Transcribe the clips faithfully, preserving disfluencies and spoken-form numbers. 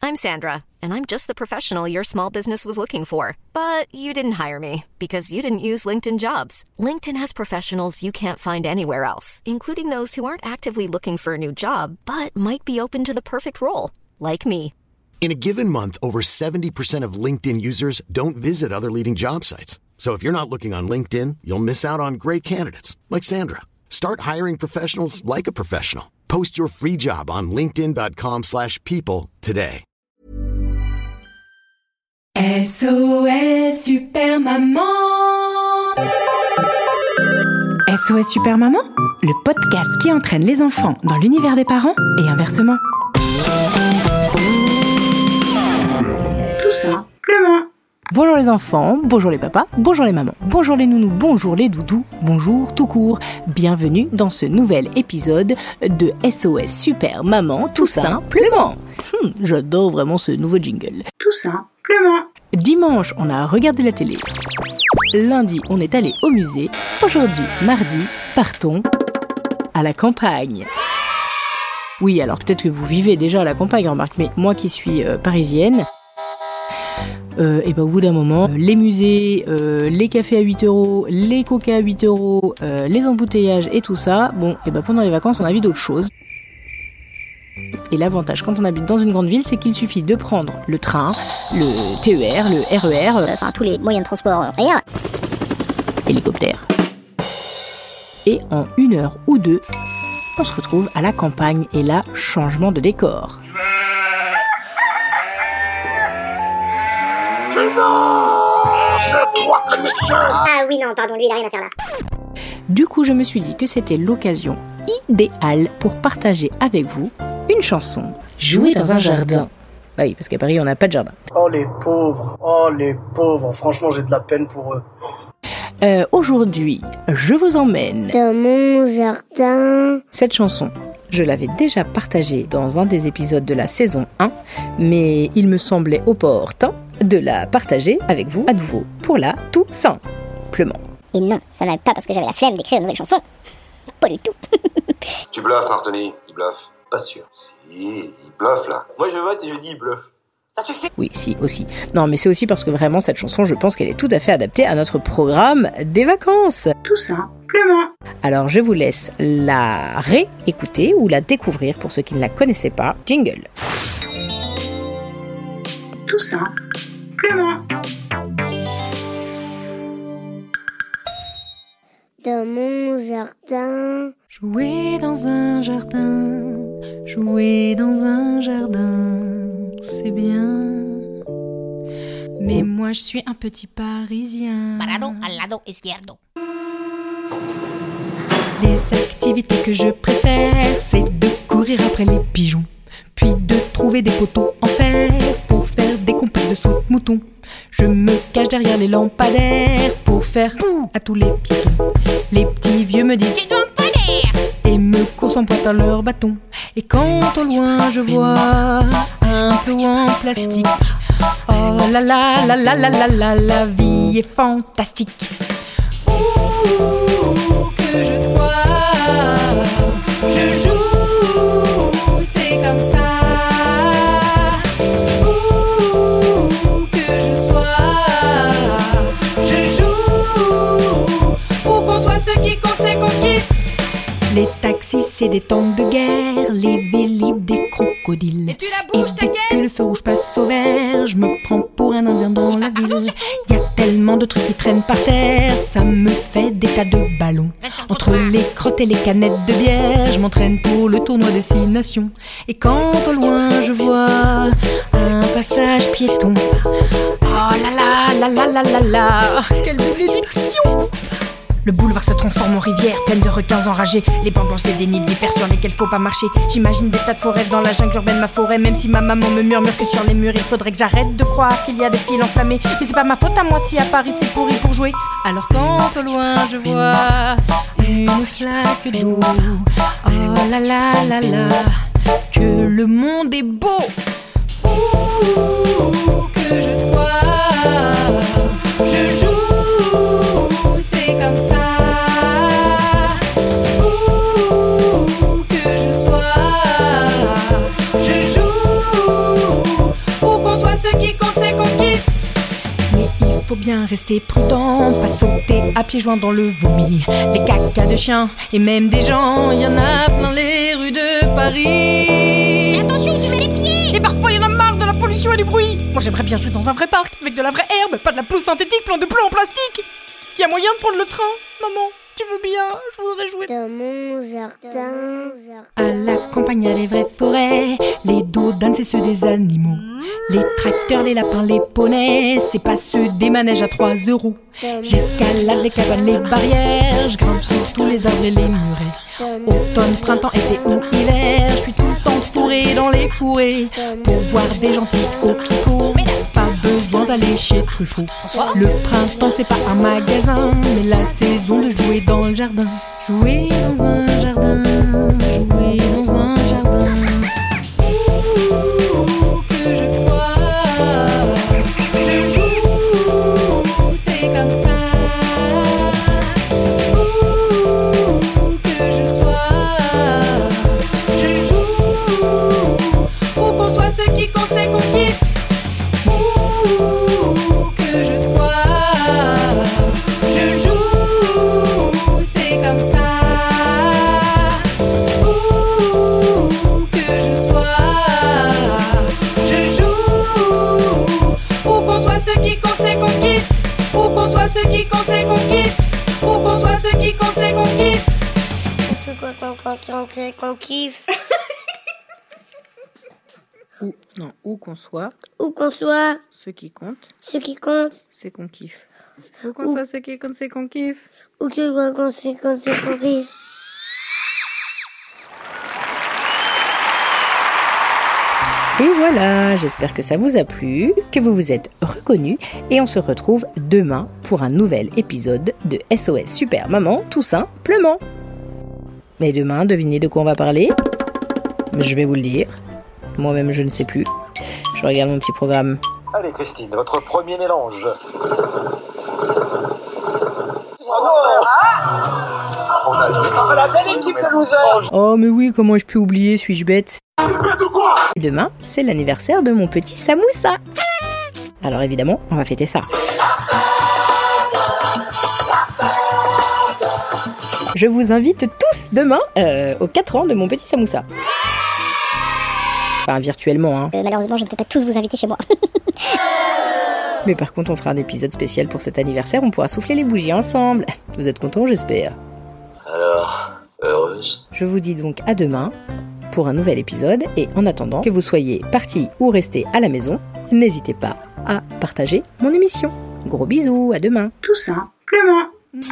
I'm Sandra, and I'm just the professional your small business was looking for. But you didn't hire me because you didn't use LinkedIn Jobs. LinkedIn has professionals you can't find anywhere else, including those who aren't actively looking for a new job, but might be open to the perfect role, like me. In a given month, over seventy percent of LinkedIn users don't visit other leading job sites. So if you're not looking on LinkedIn, you'll miss out on great candidates like Sandra. Start hiring professionals like a professional. Post your free job on linkedin.com slash people today. S O S Super Maman. S O S Super Maman, le podcast qui entraîne les enfants dans l'univers des parents et inversement. Tout simplement. Bonjour les enfants, bonjour les papas, bonjour les mamans, bonjour les nounous, bonjour les doudous, bonjour tout court. Bienvenue dans ce nouvel épisode de S O S Super Maman, tout simplement. Hum, j'adore vraiment ce nouveau jingle. Tout simplement. Dimanche, on a regardé la télé. Lundi, on est allé au musée. Aujourd'hui, mardi, partons à la campagne. Oui, alors peut-être que vous vivez déjà à la campagne, remarque, mais moi qui suis euh, parisienne... Euh, et ben au bout d'un moment, euh, les musées, euh, les cafés à huit euros, les coca à huit euros, euh, les embouteillages et tout ça, bon, et ben pendant les vacances, on a vu d'autres choses. Et l'avantage quand on habite dans une grande ville, c'est qu'il suffit de prendre le train, le T E R, le R E R, euh, enfin tous les moyens de transport aériens, hélicoptère. Et en une heure ou deux, on se retrouve à la campagne et là, changement de décor. Ah oui, non, pardon, lui, il a rien à faire là. Du coup, je me suis dit que c'était l'occasion idéale pour partager avec vous une chanson jouée dans un jardin. Ah oui, parce qu'à Paris, on n'a pas de jardin. Oh les pauvres, oh les pauvres, franchement, j'ai de la peine pour eux. Euh, aujourd'hui, je vous emmène dans mon jardin. Cette chanson, je l'avais déjà partagée dans un des épisodes de la saison un, mais il me semblait opportun de la partager avec vous à nouveau pour la tout simplement. Et non, ça n'est pas parce que j'avais la flemme d'écrire une nouvelle chanson. Pas du tout. Tu bluffes, Martoni, il bluffe. Pas sûr. Si, il bluffe là. Moi je vote et je dis il bluffe. Ça suffit. Oui, si, aussi. Non, mais c'est aussi parce que vraiment, cette chanson, je pense qu'elle est tout à fait adaptée à notre programme des vacances. Tout simplement. Alors, je vous laisse la réécouter ou la découvrir pour ceux qui ne la connaissaient pas. Jingle. Tout simplement. Dans mon jardin. Jouer dans un jardin, jouer dans un jardin, c'est bien. Mais moi je suis un petit Parisien. Parado al lado izquierdo. Les activités que je préfère, c'est de courir après les pigeons, puis de trouver des poteaux en fer pour faire des compètes de saute-mouton. Je me cache derrière les lampadaires pour faire bouh à tous les piétons. Les petits vieux me disent C'est donc pas l'air et me courent en pointant leur bâton. Et quand au loin je vois un plot en plastique, oh là là là là là là là, la vie est fantastique. Ouh, que je sois, je joue, c'est comme ça. Les taxis, c'est des tanks de guerre, les vélib, des crocodiles. Et tu la bouges, ta dès caisse. que le feu rouge passe au vert, je me prends pour un indien dans la ville. Y a tellement de trucs qui traînent par terre, ça me fait des tas de ballons. Entre les crottes et les canettes de bière, je m'entraîne pour le tournoi des six nations. Et quand au loin je vois un passage piéton, oh là là là là là là là, quelle bénédiction! Le boulevard se transforme en rivière, pleine de requins enragés. Les bambins, c'est des nids d'hyper sur lesquels faut pas marcher. J'imagine des tas de forêts dans la jungle urbaine, ma forêt. Même si ma maman me murmure que sur les murs, il faudrait que j'arrête de croire qu'il y a des fils enflammés. Mais c'est pas ma faute à moi si à Paris c'est pourri pour jouer. Alors quand au loin je vois une flaque d'eau, oh là là là là, que le monde est beau. Ouh, que je sois, je joue, c'est comme ça. Ouh, que je sois, je joue, bien rester prudent, pas sauter à pieds joints dans le vomi. Les cacas de chiens et même des gens, il y en a plein les rues de Paris. Mais attention, tu mets les pieds. Et parfois il y en a marre de la pollution et du bruit. Moi j'aimerais bien jouer dans un vrai parc, avec de la vraie herbe, pas de la pelouse synthétique plein de plombs en plastique. Y a moyen de prendre le train, maman? Tu veux bien? Je voudrais jouer dans mon jardin. À la campagne, y a les vraies forêts. Les dodanes, c'est ceux des animaux. Les tracteurs, les lapins, les poneys, c'est pas ceux des manèges à trois euros. J'escalade les cabanes, les barrières. Je grimpe sur tous les arbres et les murets. Automne, printemps, été ou hiver, je suis tout le temps fourrée dans les fourrés. Pour voir des gentils coquelicots, mais pas besoin d'aller chez Truffaut. Le printemps, c'est pas un magasin, mais la saison de jouer dans le jardin. Jouer dans un jardin, jouer dans un jardin. Où que je sois, je joue, c'est comme ça. Où que je sois, je joue. Où qu'on soit, ce qui compte, c'est qu'on kiffe. Où que je sois, je joue, c'est comme ça. Où que je sois, je joue. Où qu'on soit, ce qui compte, c'est qu'on kiffe. Où qu'on soit, ce qui compte, c'est qu'on kiffe. Où qu'on soit, ce qui compte, c'est qu'on kiffe. C'est quoi qu'on compte, c'est qu'on kiffe. Ou, non, où qu'on soit, Où qu'on soit, ce qui compte, ce qui compte, c'est qu'on kiffe. Où qu'on soit, ce qui compte, c'est qu'on kiffe. où que quoi qu'on c'est qu'on c'est qu'on kiffe. Et voilà, j'espère que ça vous a plu, que vous vous êtes reconnus, et on se retrouve demain pour un nouvel épisode de S O S Super Maman, tout simplement. Et demain, devinez de quoi on va parler? Je vais vous le dire. Moi-même, je ne sais plus. Je regarde mon petit programme. Allez, Christine, votre premier mélange. Oh, la belle équipe de losers. Oh, mais oui, comment je peux oublier, suis-je bête? Et demain, c'est l'anniversaire de mon petit Samoussa. Alors évidemment, on va fêter ça. Je vous invite tous demain euh, aux quatre ans de mon petit Samoussa. Enfin, virtuellement, hein. Euh, malheureusement, je ne peux pas tous vous inviter chez moi. Mais par contre, on fera un épisode spécial pour cet anniversaire, on pourra souffler les bougies ensemble. Vous êtes contents, j'espère? Alors, heureuse? Je vous dis donc à demain pour un nouvel épisode, et en attendant, que vous soyez partis ou restés à la maison, n'hésitez pas à partager mon émission. Gros bisous, à demain. Tout simplement.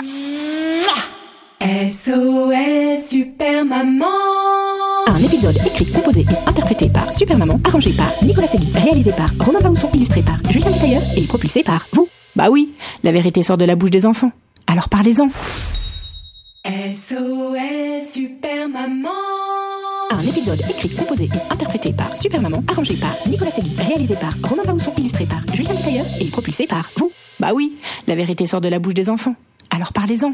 S O S Super Maman. Un épisode écrit, composé et interprété par Super Maman, arrangé par Nicolas Segui, réalisé par Romain Baousson, illustré par Julien Tailleur et propulsé par vous. Bah oui, la vérité sort de la bouche des enfants. Alors parlez-en. S O S Super Maman. Un épisode écrit, composé et interprété par Super Maman, arrangé par Nicolas Segui, réalisé par Romain Baousson, illustré par Julien Tailleur et propulsé par vous. Bah oui, la vérité sort de la bouche des enfants. Alors parlez-en.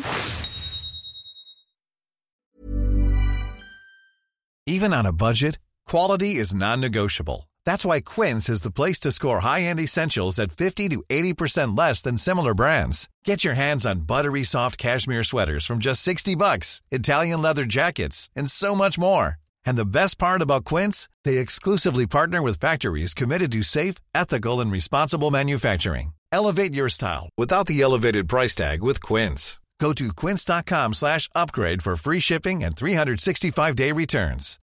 Even on a budget, quality is non-negotiable. That's why Quince is the place to score high-end essentials at fifty to eighty percent less than similar brands. Get your hands on buttery soft cashmere sweaters from just sixty bucks, Italian leather jackets, and so much more. And the best part about Quince, they exclusively partner with factories committed to safe, ethical, and responsible manufacturing. Elevate your style without the elevated price tag with Quince. Go to quince.com slash upgrade for free shipping and three sixty-five day returns.